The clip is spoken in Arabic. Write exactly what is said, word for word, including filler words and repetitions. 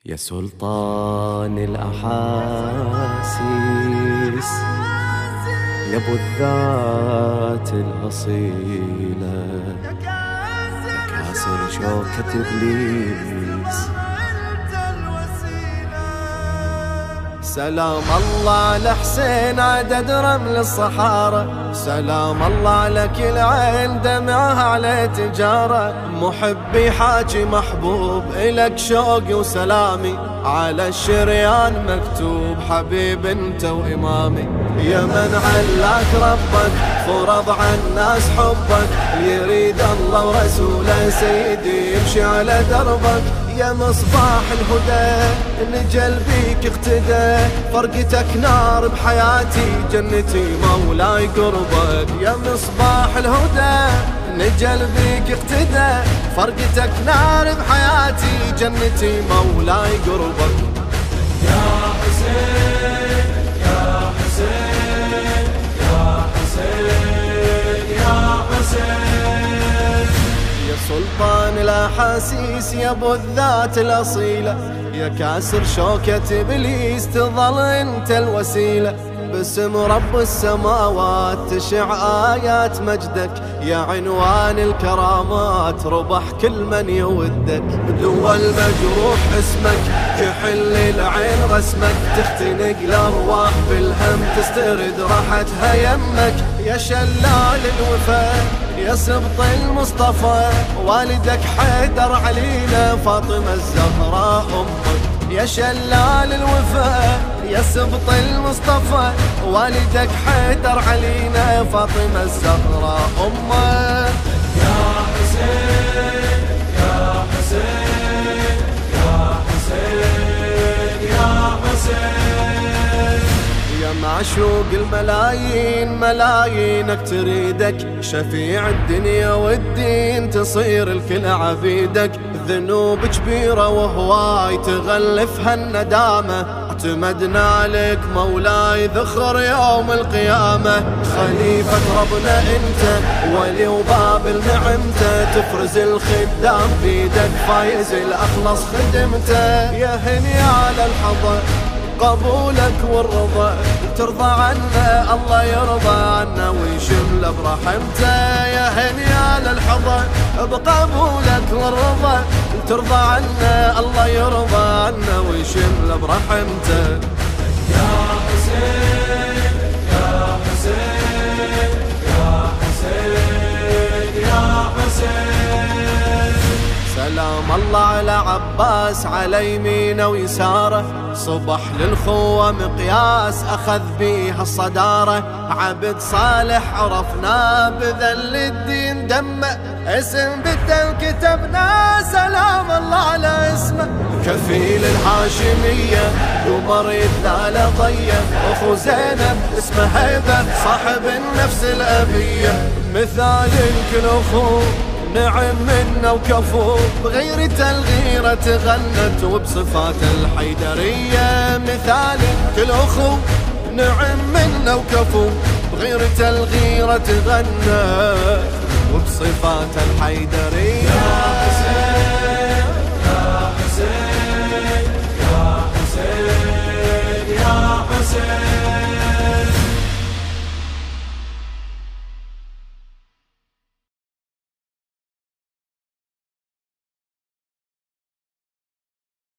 يا سلطان الأحاسيس، يا ابو الذات الأصيلة، يا كاسر شوكة إبليس. سلام الله على حسين عدد رمل الصحارى، سلام الله على كل عين دمعها على تجارة. محبي حاجي محبوب إلك شوقي وسلامي، على الشريان مكتوب حبيب انت وإمامي. يا من علاك ربك فرض عن الناس حبك، يريد الله ورسوله سيدي يمشي على دربك. يا مصباح الهدى نجل بيك اقتدى، فرقتك نار بحياتي جنتي مولاي قربك. يا مصباح الهدى نجل بيك اقتدى، فرقتك نار بحياتي جنتي مولاي قربك. يا حسين يا حسين يا حسين يا حسين. يا سلطان الأحاسيس، يا ابو الذات الأصيلة، يا كاسر شوكة إبليس تظل انت الوسيلة. باسم رب السماوات تشع آيات مجدك، يا عنوان الكرامات ربح كل من يودك. دول مجروح اسمك كحل العين رسمك، تختنق الأرواح بالهم تسترد راحتها يمك. يا شلال الوفا يا سبط المصطفى، والدك حيدر علينا فاطمة الزهراء أمك. يا شلال الوفا يا سبط المصطفى، والدك حيدر علينا فاطمة الزهراء أمك. يا حسين يا حسين يا حسين يا حسين. يا معشوق الملايين ملايينك تريدك، شفيع الدنيا والدين تصير الكل عبيدك. ذنوب كبيرة وهواي تغلفها الندامة، اعتمدنا عليك مولاي ذخر يوم القيامة. خليفة ربنا انت ولي وباب النعمته، تفرز الخدام بيدك فايز الأخلص خدمته. يا هني على الحظر قبولك والرضا، ترضى عنا الله يرضى عنا ويشمل برحمته. يا هني على الحظر بقبولك والرضا، ترضى عنا الله يرضى عنا ويشمل برحمته. يا حسين يا حسين يا حسين يا حسين. سلام الله على عباس على يمينه ويساره، صبح للخوة مقياس أخذ بيها الصدارة. عبد صالح عرفناه بذل الدين دمه، اسم بالدم كتبنا سلام الله على اسمه. كفيل الهاشمية قمر يتلالى ضيه، أخو زينب اسمه هيبة صاحب النفس الأبية. مثال كل أخو نعم منا وكفو، بغيرته الغيرة تغنت وبصفات الحيدرية. مثال كل أخو نعم منا وكفو، بغيرته الغيرة تغنت وبصفات الحيدرية.